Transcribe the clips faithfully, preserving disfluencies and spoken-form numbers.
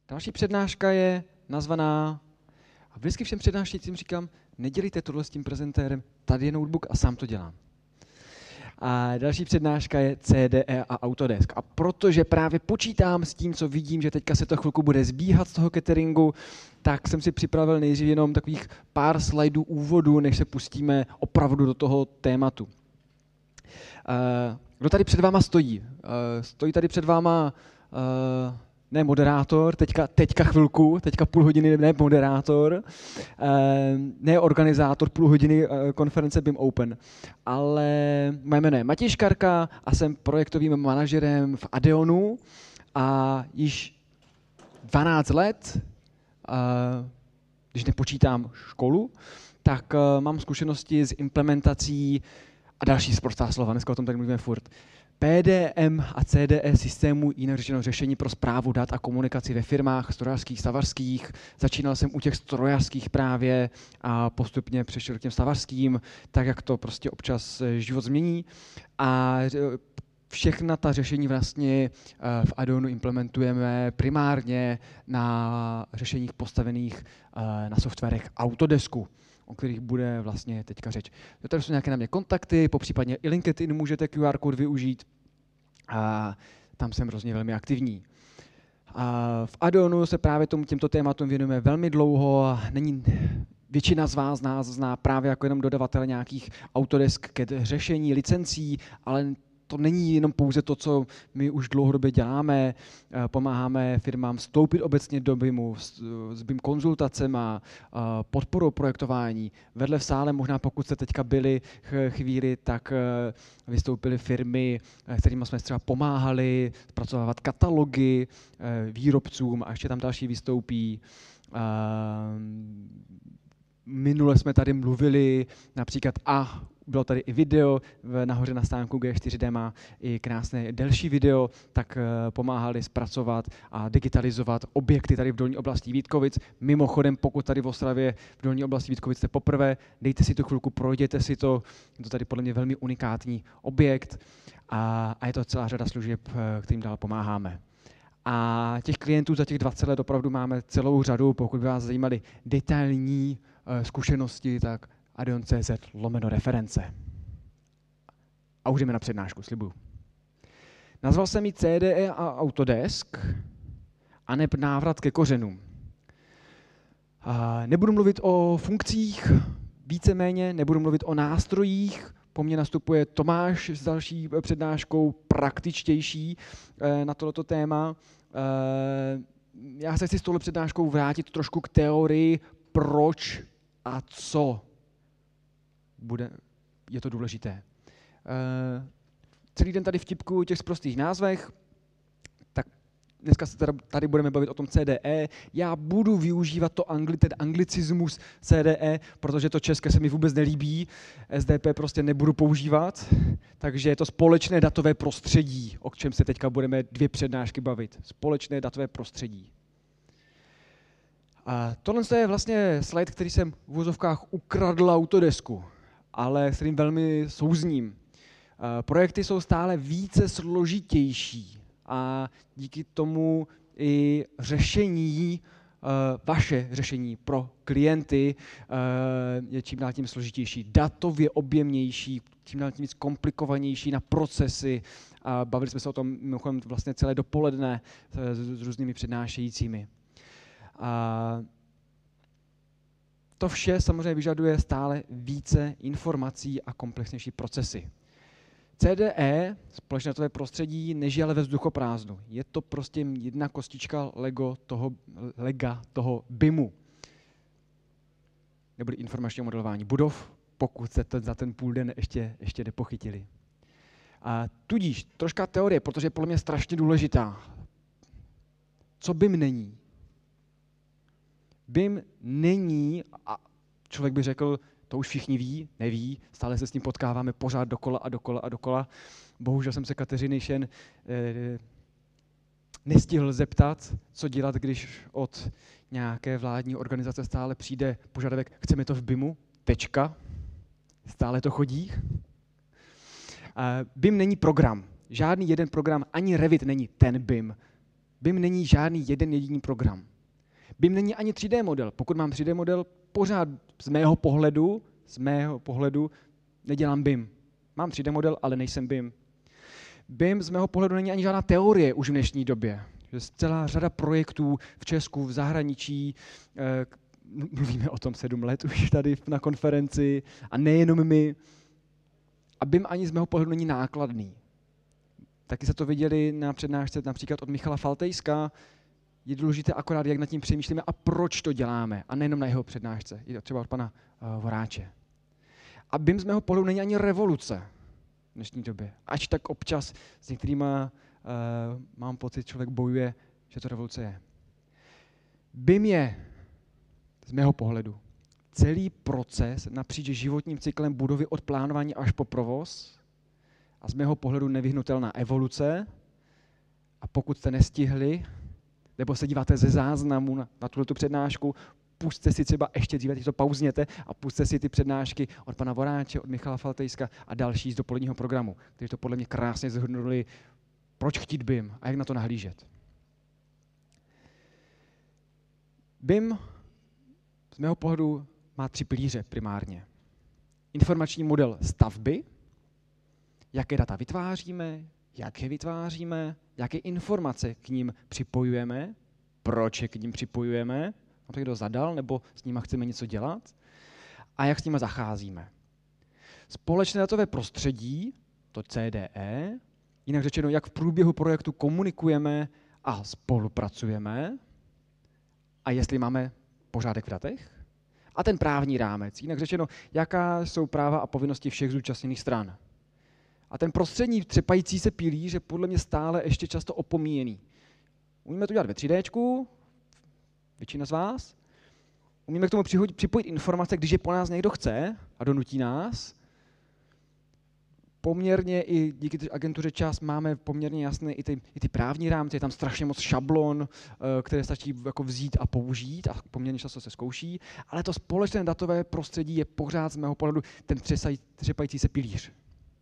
Další přednáška je nazvaná, a vždycky všem přednášejícím říkám, nedělejte tohle s tím prezentérem, tady je notebook a sám to dělám. A další přednáška je C D E a Autodesk. A protože právě počítám s tím, co vidím, že teďka se to chvilku bude zbíhat z toho cateringu, tak jsem si připravil nejdřív jenom takových pár slajdů úvodu, než se pustíme opravdu do toho tématu. Kdo tady před váma stojí? Stojí tady před váma ne moderátor, teďka, teďka chvilku, teďka půl hodiny ne moderátor, ne organizátor půl hodiny konference B I M Open, ale moje jméno je Matěj Škarka a jsem projektovým manažerem v Adeonu a již dvanáct let, když nepočítám školu, tak mám zkušenosti s implementací a další sprostá slova, dneska o tom tak mluvíme furt. P D M a C D E systému, jinak řečeno řešení pro správu dat a komunikaci ve firmách strojařských, stavařských. Začínal jsem u těch strojařských právě a postupně přešel k těm stavařským, tak jak to prostě občas život změní. A všechna ta řešení vlastně v Adeonu implementujeme primárně na řešeních postavených na softwarech Autodesku, o kterých bude vlastně teďka řeč. Tady jsou nějaké na mě kontakty, popřípadně i LinkedIn můžete Q R kód využít a tam jsem hrozně velmi aktivní. A v Adeonu se právě tomu, těmto tématům věnujeme velmi dlouho a není, většina z vás nás zná právě jako jenom dodavatel nějakých Autodesk k řešení licencí, ale to není jenom pouze to, co my už dlouhodobě děláme, pomáháme firmám vstoupit obecně do B I M U, s B I M konzultacema, podporou projektování. Vedle v sále, možná pokud jste teďka byli chvíli, tak vystoupily firmy, kterými jsme třeba pomáhali zpracovávat katalogy výrobcům a ještě tam další vystoupí. Minule jsme tady mluvili například a bylo tady i video, nahoře na stánku G čtyři D má i krásné delší video, tak pomáhali zpracovat a digitalizovat objekty tady v dolní oblasti Vítkovic. Mimochodem, pokud tady v Ostravě v dolní oblasti Vítkovic jste poprvé, dejte si tu chvilku, projděte si to, je to tady podle mě velmi unikátní objekt a, a je to celá řada služeb, kterým dál pomáháme. A těch klientů za těch dvacet let opravdu máme celou řadu, pokud by vás zajímaly detailní zkušenosti, tak Adeon tečka cé zet lomeno reference. A už jdeme na přednášku, slibuju. Nazval jsem ji C D E a Autodesk a ne návrat ke kořenům. A nebudu mluvit o funkcích, víceméně, nebudu mluvit o nástrojích. Po mně nastupuje Tomáš s další přednáškou, praktičtější na tohleto téma. Já se chci s touhle přednáškou vrátit trošku k teorii, proč a co bude, je to důležité. Uh, celý den tady vtipkuju těch sprostých názvech, tak dneska se teda tady budeme bavit o tom C D E. Já budu využívat to angli, ten anglicismus C D E, protože to české se mi vůbec nelíbí. S D P prostě nebudu používat, takže je to společné datové prostředí, o čem se teďka budeme dvě přednášky bavit. Společné datové prostředí. A tohle je vlastně slide, který jsem v uvozovkách ukradl Autodesku, ale s kterým velmi souzním. Projekty jsou stále více složitější a díky tomu i řešení, vaše řešení pro klienty je čím dál tím složitější, datově objemnější, čím dál tím víc komplikovanější na procesy. A bavili jsme se o tom mimochodem vlastně celé dopoledne s různými přednášejícími. A to vše samozřejmě vyžaduje stále více informací a komplexnější procesy. C D E, společné datové prostředí, nežije ale ve vzduchoprázdnu. Je to prostě jedna kostička Lego toho, lega toho B I M U. Neboli informačního modelování budov, pokud se to za ten půl den ještě, ještě nepochytili. A tudíž troška teorie, protože je podle mě strašně důležitá. Co B I M není? B I M není, a člověk by řekl, to už všichni ví, neví, stále se s ním potkáváme pořád dokola a dokola a dokola. Bohužel jsem se Kateřiny Šen eh, nestihl zeptat, co dělat, když od nějaké vládní organizace stále přijde požadavek, chceme to v B I M U, tečka, stále to chodí. Eh, B I M není program, žádný jeden program, ani Revit není ten B I M. B I M není žádný jeden jediný program. B I M není ani tři dé model. Pokud mám tři dé model, pořád z mého pohledu, z mého pohledu nedělám B I M. Mám tři dé model, ale nejsem B I M. B I M z mého pohledu není ani žádná teorie už v dnešní době. Je celá řada projektů v Česku, v zahraničí, mluvíme o tom sedm let už tady na konferenci a nejenom my. A B I M ani z mého pohledu není nákladný. Taky se to viděli na přednášce například od Michala Faltejska. Je důležité akorát, jak nad tím přemýšlíme a proč to děláme. A nejenom na jeho přednášce, i třeba od pana uh, Voráče. A B I M z mého pohledu není ani revoluce v dnešní době. Ač tak občas s některýma uh, mám pocit, člověk bojuje, že to revoluce je. B I M je z mého pohledu celý proces napříč životním cyklem budovy od plánování až po provoz a z mého pohledu nevyhnutelná evoluce. A pokud jste nestihli, nebo se díváte ze záznamu na, na tuto přednášku, pusťte si třeba ještě dříve, teď to pauzněte a pusťte si ty přednášky od pana Voráče, od Michala Faltejska a další z dopoledního programu, kteří to podle mě krásně zhrnuli, proč chtít B I M a jak na to nahlížet. B I M z mého pohledu má tři pilíře primárně. Informační model stavby, jaké data vytváříme, jak je vytváříme, jaké informace k ním připojujeme, proč je k nim připojujeme, nám to někdo zadal, nebo s nimi chceme něco dělat, a jak s nimi zacházíme. Společné datové prostředí, to C D E, jinak řečeno, jak v průběhu projektu komunikujeme a spolupracujeme, a jestli máme pořádek v datech, a ten právní rámec, jinak řečeno, jaká jsou práva a povinnosti všech zúčastněných stran. A ten prostřední třepající se pilíř je podle mě stále ještě často opomíjený. Umíme to dělat ve tři déčku, většina z vás. Umíme k tomu připojit informace, když je po nás někdo chce a donutí nás. Poměrně i díky té agentuře Čas máme poměrně jasné i ty, i ty právní rámce, je tam strašně moc šablon, které stačí jako vzít a použít a poměrně často se zkouší, ale to společné datové prostředí je pořád z mého pohledu ten třepající se pilíř.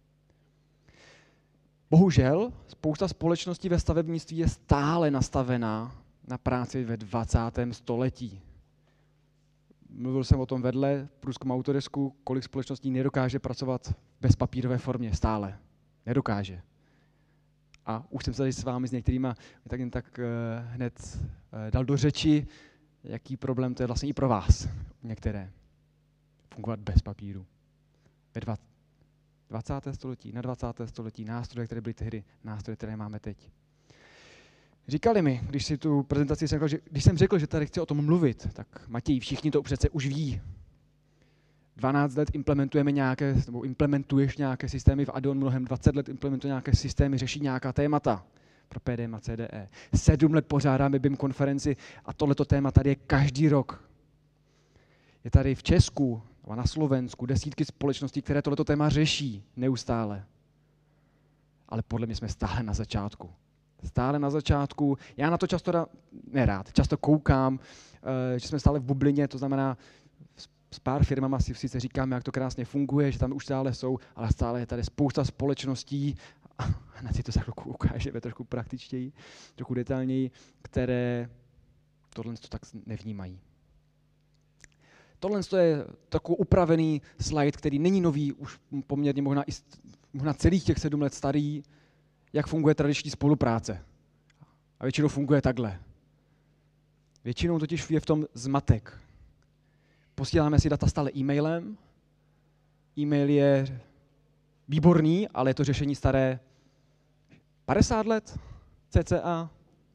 Bohužel, spousta společností ve stavebnictví je stále nastavená na práci ve dvacátém století. Mluvil jsem o tom vedle v průzkumu Autodesku, kolik společností nedokáže pracovat v bezpapírové formě stále. Nedokáže. A už jsem se tady s vámi s některýma tak jen tak uh, hned uh, dal do řeči, jaký problém to je vlastně i pro vás, některé. Fungovat bez papíru. Ve dvacátém století, na dvacátém století, nástroje, které byly tehdy, nástroje, které máme teď. Říkali mi, když si tu prezentaci řekl, že když jsem řekl, že tady chci o tom mluvit, tak Matěj, všichni to přece už ví. dvanáct let implementujeme nějaké, nebo implementuješ nějaké systémy v Addon, mnohem dvacet let implementuje nějaké systémy, řeší nějaká témata pro P D M a C D E. sedm let pořádáme B I M konferenci a tohleto téma tady je každý rok. Je tady v Česku a na Slovensku desítky společností, které tohleto téma řeší neustále. Ale podle mě jsme stále na začátku. Stále na začátku. Já na to často da, nerád, často koukám, že jsme stále v bublině, to znamená, s pár firmama si sice říkáme, jak to krásně funguje, že tam už stále jsou, ale stále je tady spousta společností, a na si to za chvilku ukážeme trošku praktičtěji, trochu detailněji, které tohle to tak nevnímají. Tohle je takový upravený slide, který není nový, už poměrně možná, i, možná celých těch sedm let starý, jak funguje tradiční spolupráce. A většinou funguje takhle. Většinou totiž je v tom zmatek. Posíláme si data stále e-mailem. E-mail je výborný, ale je to řešení staré padesát let cca.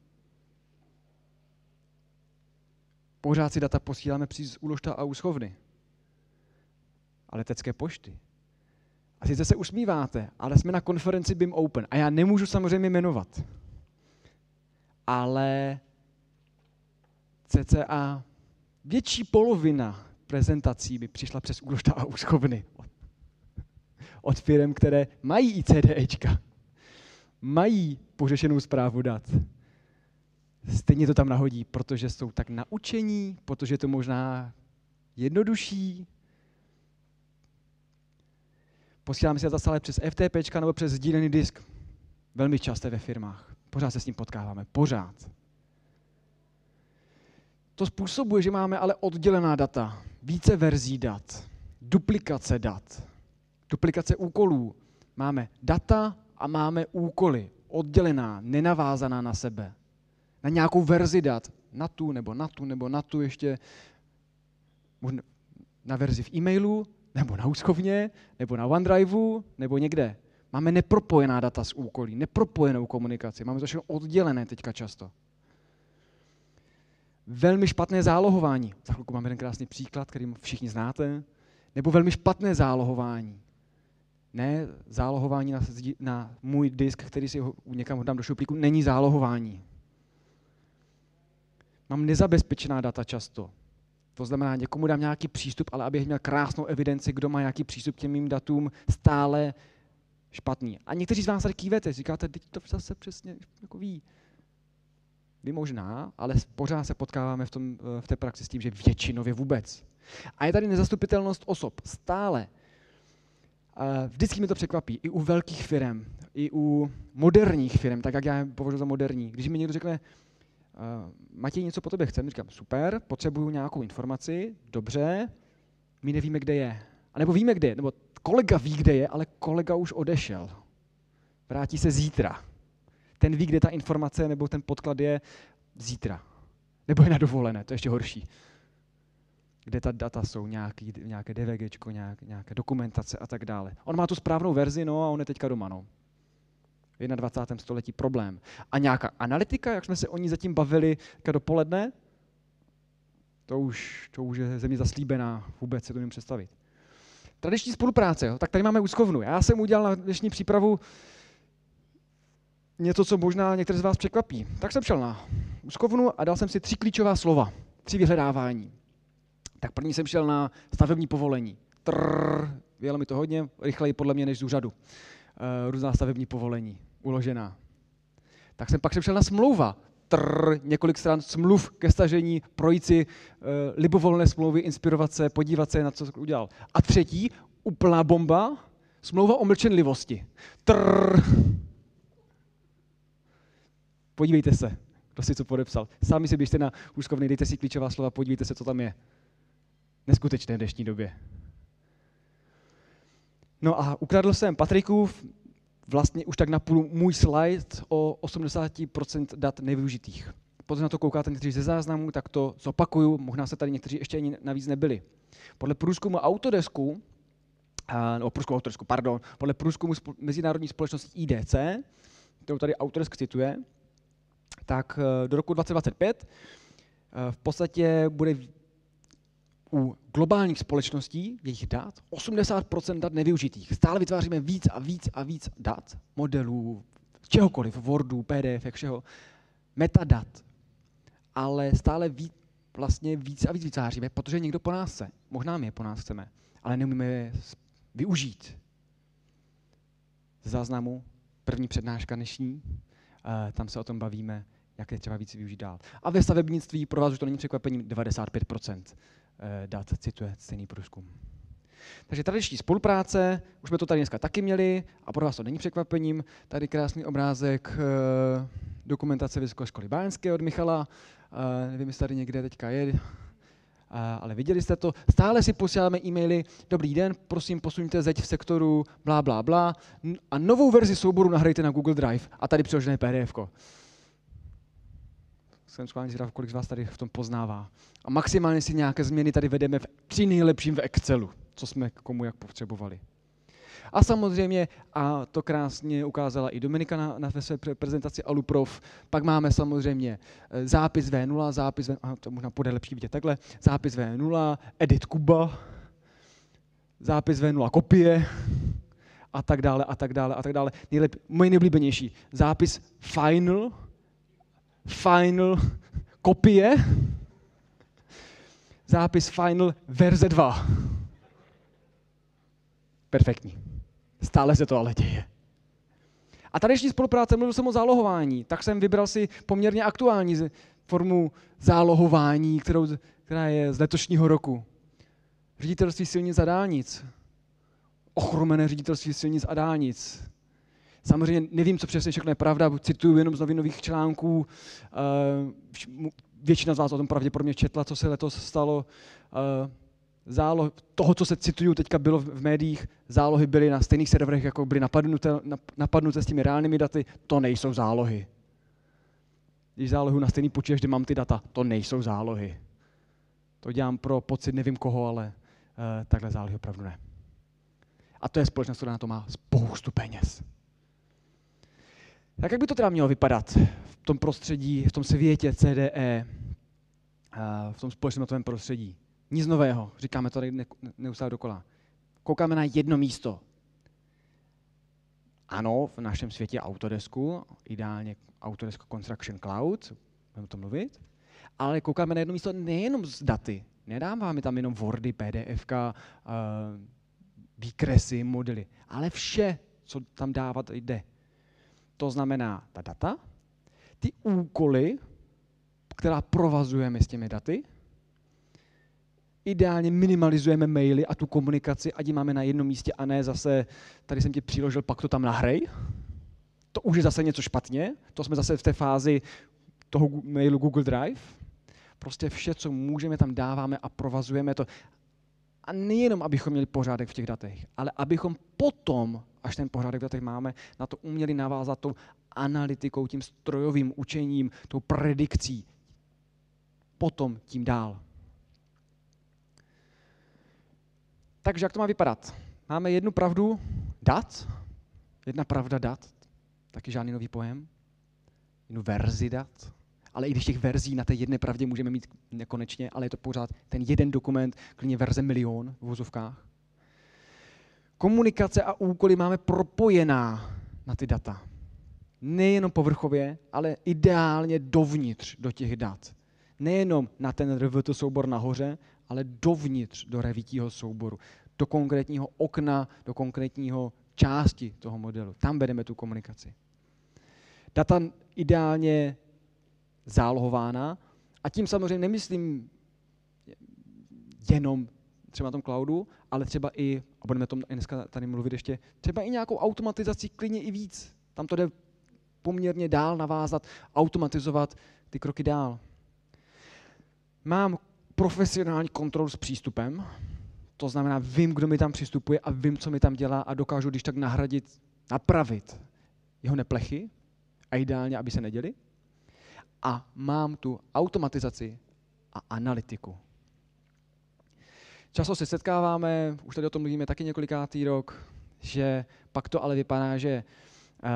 Pořád si data posíláme přes úložka a úschovny. A letecké pošty. A sice se usmíváte, ale jsme na konferenci B I M Open a já nemůžu samozřejmě jmenovat. Ale cca větší polovina prezentací mi přišla přes úložka a úschovny. Od firm, které mají ICDčka. Mají pořešenou správu dat. Stejně to tam nahodí, protože jsou tak naučení, protože je to možná jednodušší. Posíláme si data stále přes FTPčka nebo přes sdílený disk. Velmi časté ve firmách. Pořád se s ním potkáváme, pořád. To způsobuje, že máme ale oddělená data, více verzí dat, duplikace dat, duplikace úkolů. Máme data a máme úkoly, oddělená, nenavázaná na sebe. Na nějakou verzi dat, na tu, nebo na tu, nebo na tu ještě, možná na verzi v e-mailu, nebo na úschovně, nebo na OneDriveu, nebo někde. Máme nepropojená data s úkolí, nepropojenou komunikaci, máme to všechno oddělené teďka často. Velmi špatné zálohování. Za chvilku máme jeden krásný příklad, který všichni znáte. Nebo velmi špatné zálohování. Ne, zálohování na, na můj disk, který si ho někam dám do šuplíku, není zálohování. Mám nezabezpečená data často. To znamená, někomu dám nějaký přístup, ale abych měl krásnou evidenci, kdo má nějaký přístup k těm mým datům, stále špatný. A někteří z vás tady kývete, říkáte, teď to zase přesně jako ví. Vy možná, ale pořád se potkáváme v, tom, v té praxi s tím, že většinově vůbec. A je tady nezastupitelnost osob. Stále. Vždycky mi to překvapí. I u velkých firm, i u moderních firm, tak jak já je považuji za moderní. Když mi někdo řekne, Matěj, něco po tobě chcem, říkám, super, potřebuju nějakou informaci, dobře, my nevíme, kde je. A nebo víme, kde je, nebo kolega ví, kde je, ale kolega už odešel. Vrátí se zítra. Ten ví, kde ta informace nebo ten podklad je zítra. Nebo je na dovolené, to je ještě horší. Kde ta data jsou, nějaký, nějaké DVGčko, nějak, nějaké dokumentace a tak dále. On má tu správnou verzi, no a on je teďka doma, no. V dvacátém prvním století problém. A nějaká analytika, jak jsme se o ní zatím bavili dopoledne, to už, to už je země zaslíbená, vůbec si to nemůžu představit. Tradiční spolupráce, jo? Tak tady máme úschovnu. Já jsem udělal na dnešní přípravu něco, co možná některé z vás překvapí. Tak jsem šel na úschovnu a dal jsem si tři klíčová slova, tři vyhledávání. Tak první jsem šel na stavební povolení. Trrr, vyjelo mi to hodně, rychleji podle mě než z úřadu. Uh, různá stavební povolení, uložená. Tak jsem pak jsem šel na smlouva. Trrr, několik stran smluv ke stažení, projít si uh, libovolné smlouvy, inspirovat se, podívat se na co udělal. A třetí, úplná bomba, smlouva o mlčenlivosti. Trrr. Podívejte se, kdo si co podepsal. Sami si běžte na úschovny, dejte si klíčová slova, podívejte se, co tam je. Neskutečné v dnešní době. No a ukradl jsem Patrikův vlastně už tak na půl můj slide o osmdesát procent dat nevyužitých. Pokud na to koukáte někteří ze záznamů, tak to zopakuju, možná se tady někteří ještě ani navíc nebyli. Podle průzkumu Autodesku, nebo průzkumu Autodesku, pardon, podle průzkumu mezinárodní společnosti I D C, kterou tady Autodesk cituje, tak do roku dvacet dvacet pět v podstatě bude u globálních společností, jejich dat, osmdesát procent dat nevyužitých. Stále vytváříme víc a víc a víc dat, modelů, čehokoliv, Wordu, P D F, všeho, metadat. Ale stále víc, vlastně víc a víc vytváříme, protože někdo po nás chce. Možná my je po nás chceme, ale neumíme je využít. Z záznamu, první přednáška dnešní, tam se o tom bavíme, jak je třeba víc využít dál. A ve stavebnictví, pro vás už to není překvapením, devadesát pět procent dat cituje stejný průzkum. Takže tradiční spolupráce, už jsme to tady dneska taky měli a pro vás to není překvapením. Tady krásný obrázek dokumentace Vysoké školy báňské od Michala. Nevím, jestli tady někde teďka je, ale viděli jste to. Stále si posíláme e-maily, dobrý den, prosím posuňte zeď v sektoru blá, blá, blá a novou verzi souboru nahrajte na Google Drive a tady přiložené P D F ko. Jsem schválně zvědav, kolik z vás tady v tom poznává. A maximálně si nějaké změny tady vedeme v při nejlepším v Excelu, co jsme komu jak potřebovali. A samozřejmě, a to krásně ukázala i Dominika na, na své prezentaci Aluprof, pak máme samozřejmě zápis V nula, zápis V, aha, to možná bude lepší vidět takhle, zápis V nula, edit Kuba, zápis V nula kopie, a tak dále, a tak dále, a tak dále. Nejlep, můj nejoblíbenější, zápis final, final kopie, zápis final verze dva. Perfektní. Stále se to ale děje. A tradiční spolupráce, mluvil jsem o zálohování, tak jsem vybral si poměrně aktuální formu zálohování, kterou, která je z letošního roku. Ředitelství silnic a dálnic. Ochromené ředitelství silnic a dálnic. Samozřejmě nevím, co přesně všechno je pravda, cituju jenom z novinových článků. Většina z vás o tom pravděpodobně četla, co se letos stalo. Zálohy, toho, co se cituju, teďka bylo v médiích, zálohy byly na stejných serverech, jako byly napadnuté, napadnuté s těmi reálnými daty, to nejsou zálohy. Když zálohu na stejný počítač, kde mám ty data, to nejsou zálohy. To dělám pro pocit nevím koho, ale uh, takhle zálohy opravdu ne. A to je společnost, která na to má spoustu peněz. Tak jak by to teda mělo vypadat v tom prostředí, v tom světě C D E, uh, v tom společném datovém prostředí? Nic nového, říkáme to ne, neustále dokola. Koukáme na jedno místo. Ano, v našem světě Autodesku, ideálně Autodesk Construction Cloud, budeme o tom mluvit, ale koukáme na jedno místo nejenom z daty. Nedáváme tam jenom Wordy, PDFka, uh, výkresy, modely, ale vše, co tam dávat jde. To znamená ta data, ty úkoly, která provazujeme s těmi daty, ideálně minimalizujeme maily a tu komunikaci, ať ji máme na jednom místě a ne zase, tady jsem ti přiložil, pak to tam nahrej. To už je zase něco špatně, to jsme zase v té fázi toho mailu Google Drive. Prostě vše, co můžeme, tam dáváme a provazujeme to. A nejenom, abychom měli pořádek v těch datech, ale abychom potom, až ten pořádek v datech máme, na to uměli navázat tou analytikou, tím strojovým učením, tou predikcí. Potom tím dál. Takže jak to má vypadat? Máme jednu pravdu dat, jedna pravda dat, taky žádný nový pojem, jednu verzi dat, ale i když těch verzí na té jedné pravdě můžeme mít nekonečně, ale je to pořád ten jeden dokument, klidně verze milion v vozovkách. Komunikace a úkoly máme propojená na ty data. Nejenom povrchově, ale ideálně dovnitř do těch dat. Nejenom na ten R V T soubor nahoře, ale dovnitř do revitího souboru, do konkrétního okna, do konkrétního části toho modelu. Tam vedeme tu komunikaci. Data ideálně zálohována a tím samozřejmě nemyslím jenom třeba na tom cloudu, ale třeba i, a budeme o tom dneska tady mluvit ještě, třeba i nějakou automatizací klidně i víc. Tam to jde poměrně dál navázat, automatizovat ty kroky dál. Mám profesionální kontrolu s přístupem, to znamená, vím, kdo mi tam přistupuje a vím, co mi tam dělá a dokážu když tak nahradit, napravit jeho neplechy a ideálně, aby se neděli. A mám tu automatizaci a analytiku. Často se setkáváme, už tady o tom mluvíme taky několikátý rok, že pak to ale vypadá, že uh,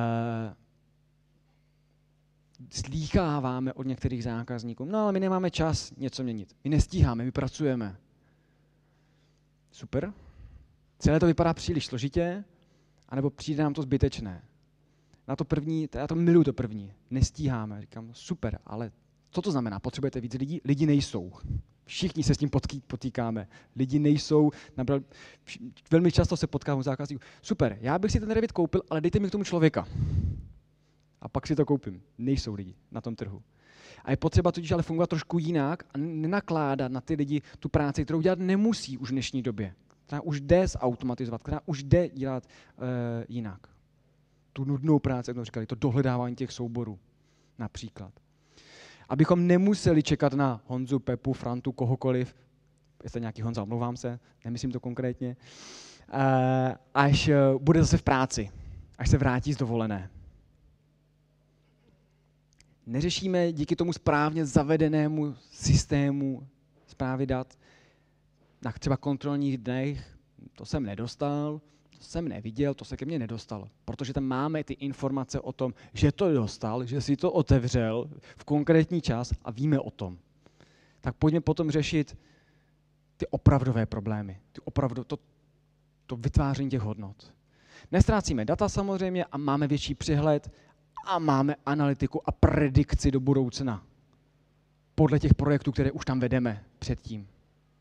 slýcháváme od některých zákazníků, no ale my nemáme čas něco měnit, my nestíháme, my pracujeme. Super. Celé to vypadá příliš složitě, anebo přijde nám to zbytečné. Na to první, já to miluju to první, nestíháme. Říkám, super, ale co to znamená? Potřebujete víc lidí? Lidi nejsou. Všichni se s tím potýkáme. Lidi nejsou. Nabral, velmi často se potkávám s zákazníků. Super, já bych si ten Revit koupil, ale dejte mi k tomu člověka. A pak si to koupím. Nejsou lidi na tom trhu. A je potřeba tudíž ale fungovat trošku jinak a nenakládat na ty lidi tu práci, kterou dělat nemusí už v dnešní době. Která už jde zautomatizovat, která už jde dělat uh, jinak. Tu nudnou práci, jak jsme říkali, to dohledávání těch souborů například. Abychom nemuseli čekat na Honzu, Pepu, Frantu, kohokoliv, jestli nějaký Honza, omlouvám se, nemyslím to konkrétně, uh, až uh, bude zase v práci, až se vrátí z dovolené. Neřešíme díky tomu správně zavedenému systému správy dat na třeba kontrolních dnech, to jsem nedostal, to jsem neviděl, to se ke mně nedostalo. Protože tam máme ty informace o tom, že to dostal, že si to otevřel v konkrétní čas a víme o tom. Tak pojďme potom řešit ty opravdové problémy, ty opravdu, to, to vytváření těch hodnot. Nestrácíme data samozřejmě a máme větší přehled a máme analytiku a predikci do budoucna. Podle těch projektů, které už tam vedeme předtím.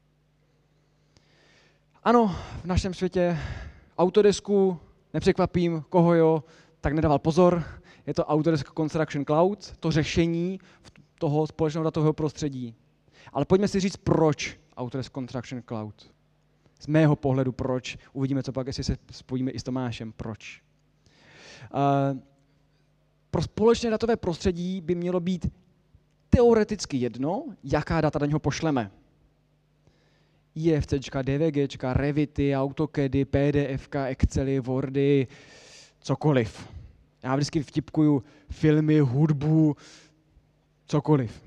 Ano, v našem světě Autodesku, nepřekvapím, koho jo, tak nedával pozor. Je to Autodesk Construction Cloud, to řešení toho společného datového prostředí. Ale pojďme si říct, proč Autodesk Construction Cloud. Z mého pohledu proč. Uvidíme, co pak, jestli se spojíme i s Tomášem, proč. Pro společné datové prostředí by mělo být teoreticky jedno, jaká data do něho pošleme. IFCčka, DVGčka, Revity, AutoCADy, PDFka, Excely, Wordy, cokoliv. Já vždycky vtipkuju filmy, hudbu, cokoliv.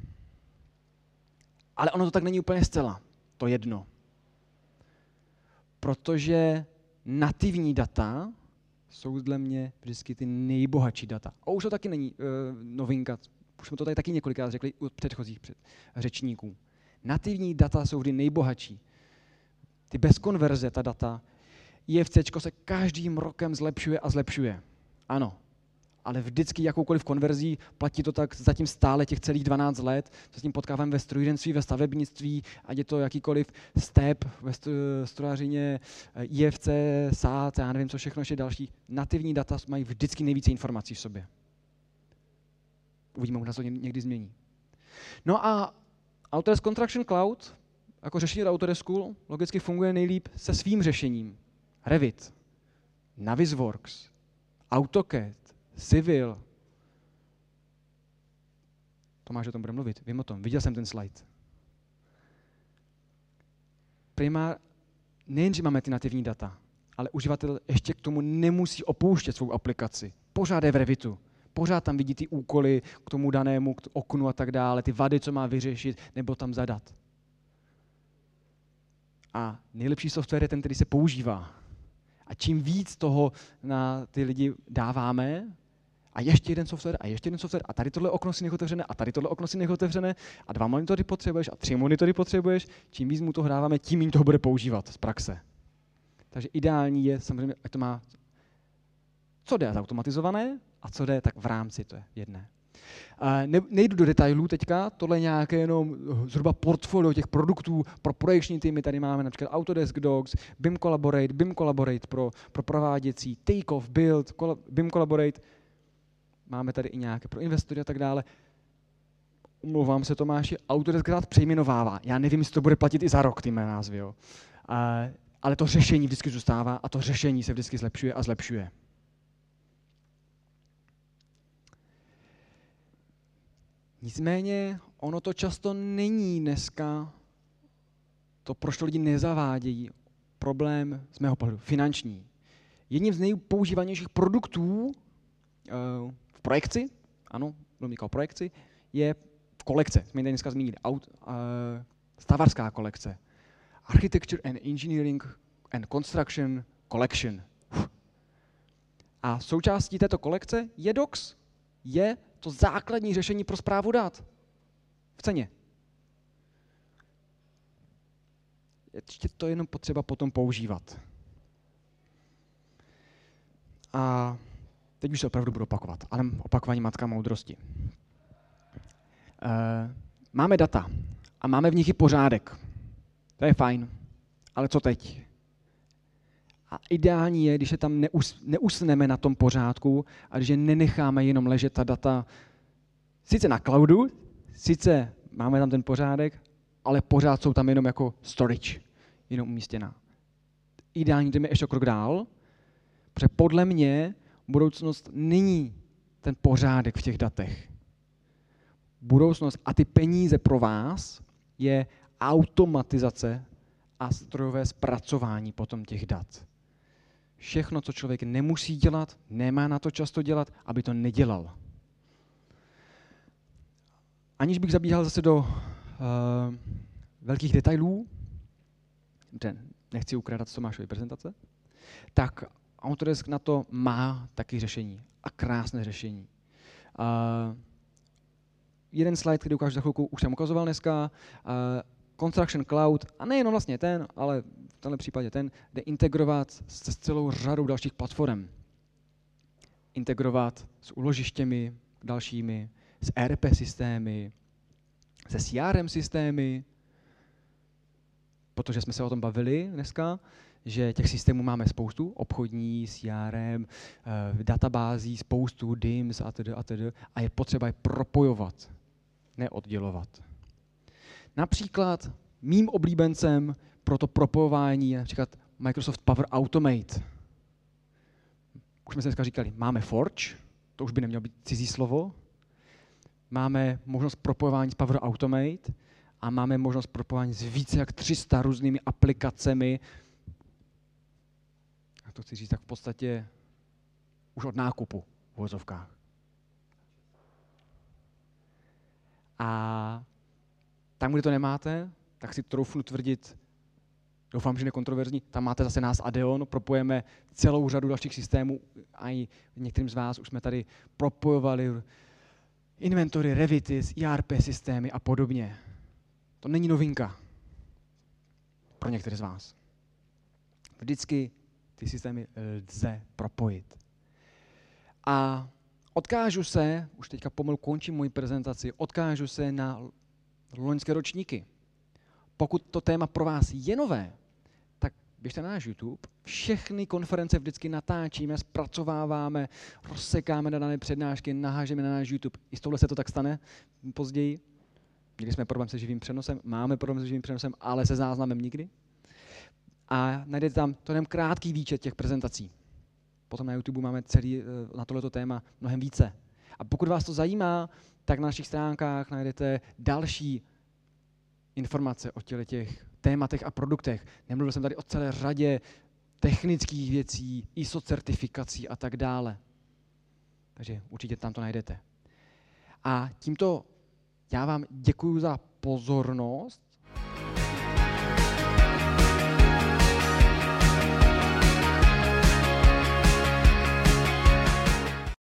Ale ono to tak není úplně zcela, to jedno. Protože nativní data jsou dle mě vždycky ty nejbohatší data. A už to taky není uh, novinka, už jsme to tady taky několikrát řekli u předchozích před, řečníků. Nativní data jsou vždy nejbohatší. Ty bez konverze, ta data, IFCčko se každým rokem zlepšuje a zlepšuje. Ano, ale vždycky jakoukoliv konverzí platí to tak zatím stále těch celých dvanáct let, co s tím potkáváme ve strojírenství, ve stavebnictví, ať je to jakýkoliv step ve strojařině, I F C, S A T, já nevím, co všechno ještě další. Nativní data mají vždycky nejvíce informací v sobě. Uvidíme, možná to někdy změní. No a Autodesk Construction Cloud, jako řešení Autodesku, logicky funguje nejlíp se svým řešením. Revit, Navisworks, AutoCAD, Civil. Tomáš o tom bude mluvit, vím o tom, viděl jsem ten slide. Primár, nejen, že máme ty nativní data, ale uživatel ještě k tomu nemusí opouštět svou aplikaci. Pořád je v Revitu. Pořád tam vidí ty úkoly k tomu danému k oknu a tak dále, ty vady, co má vyřešit, nebo tam zadat. A nejlepší software je ten, který se používá. A čím víc toho na ty lidi dáváme, a ještě jeden software, a ještě jeden software, a tady tohle okno si nech otevřené, a tady tohle okno si nech otevřené, a dva monitory potřebuješ, a tři monitory potřebuješ, čím víc mu to dáváme, tím méně toho bude používat z praxe. Takže ideální je samozřejmě, ať to má, co jde zautomatizované, a co jde tak v rámci, to je jedné. Ne, nejdu do detailů teďka, tohle je nějaké jenom zhruba portfolio těch produktů pro projekční týmy. Tady máme například Autodesk Docs, B I M Collaborate, B I M Collaborate pro, pro prováděcí, Takeoff, Build, B I M Collaborate. Máme tady i nějaké pro investory a tak dále. Umlouvám se, Tomáši, Autodesk rád přejmenovává. Já nevím, jestli to bude platit i za rok, ty mé názvy. Jo. Ale to řešení vždycky zůstává a to řešení se vždycky zlepšuje a zlepšuje. Nicméně ono to často není dneska, to proč to lidi nezavádějí, problém z mého pohledu finanční. Jedním z nejpoužívanějších produktů uh, v projekci, ano, mluvím o projekci, je kolekce, jsme ji tady dneska zmínili, aut, uh, stavařská kolekce. Architecture and Engineering and Construction Collection. Uf. A součástí této kolekce je Docs, je to základní řešení pro správu dat v ceně. Ještě to jenom potřeba potom používat. A teď už se opravdu budu opakovat, ale opakování matka moudrosti. E, máme data a máme v nich i pořádek. To je fajn, ale co teď? A ideální je, když je tam neus, neusneme na tom pořádku a když je nenecháme jenom ležet ta data sice na cloudu, sice máme tam ten pořádek, ale pořád jsou tam jenom jako storage, jenom umístěná. Ideální jdeme ještě krok dál, protože podle mě budoucnost není ten pořádek v těch datech. Budoucnost a ty peníze pro vás je automatizace a strojové zpracování potom těch dat. Všechno, co člověk nemusí dělat, nemá na to často dělat, aby to nedělal. Aniž bych zabíhal zase do uh, velkých detailů, nechci ukrádat Tomášovy prezentace, tak Autodesk na to má taky řešení a krásné řešení. Uh, jeden slide, který ukážu za chvilku, už jsem ukazoval dneska, uh, Construction Cloud, a nejenom vlastně ten, ale v tomhle případě ten, jde integrovat s celou řadou dalších platform. Integrovat s úložištěmi dalšími, s E R P systémy, se C R M systémy, protože jsme se o tom bavili dneska, že těch systémů máme spoustu, obchodní, C R M, databází, spoustu D I M S a tedy a tedy a je potřeba je propojovat, ne oddělovat. Například mým oblíbencem pro to propojování je například Microsoft Power Automate. už jsme si dneska říkali, máme Forge, to už by nemělo být cizí slovo, máme možnost propojování s Power Automate a máme možnost propojování s více jak tři sta různými aplikacemi. A to chci říct tak v podstatě už od nákupu v uvozovkách. A tam, kde to nemáte, tak si troufnu tvrdit, doufám, že nekontroverzní, tam máte zase nás Adeon, propojeme celou řadu dalších systémů a i některým z vás už jsme tady propojovali inventory, Revitis, E R P systémy a podobně. To není novinka pro některé z vás. Vždycky ty systémy lze propojit. A odkážu se, už teďka pomalu končím moji prezentaci, odkážu se na loňské ročníky. Pokud to téma pro vás je nové, tak běžte na náš YouTube. Všechny konference vždycky natáčíme, zpracováváme, rozsekáme na dané přednášky, nahážeme na náš YouTube. I s touhle se to tak stane později. Měli jsme problém se živým přenosem, máme problém se živým přenosem, ale se záznamem nikdy. A najdete tam to jenom krátký výčet těch prezentací. Potom na YouTube máme celý na tohleto téma mnohem více. A pokud vás to zajímá, tak na našich stránkách najdete další informace o těch tématech a produktech. Nemluvil jsem tady o celé řadě technických věcí, I S O certifikací a tak dále. Takže určitě tam to najdete. A tímto já vám děkuji za pozornost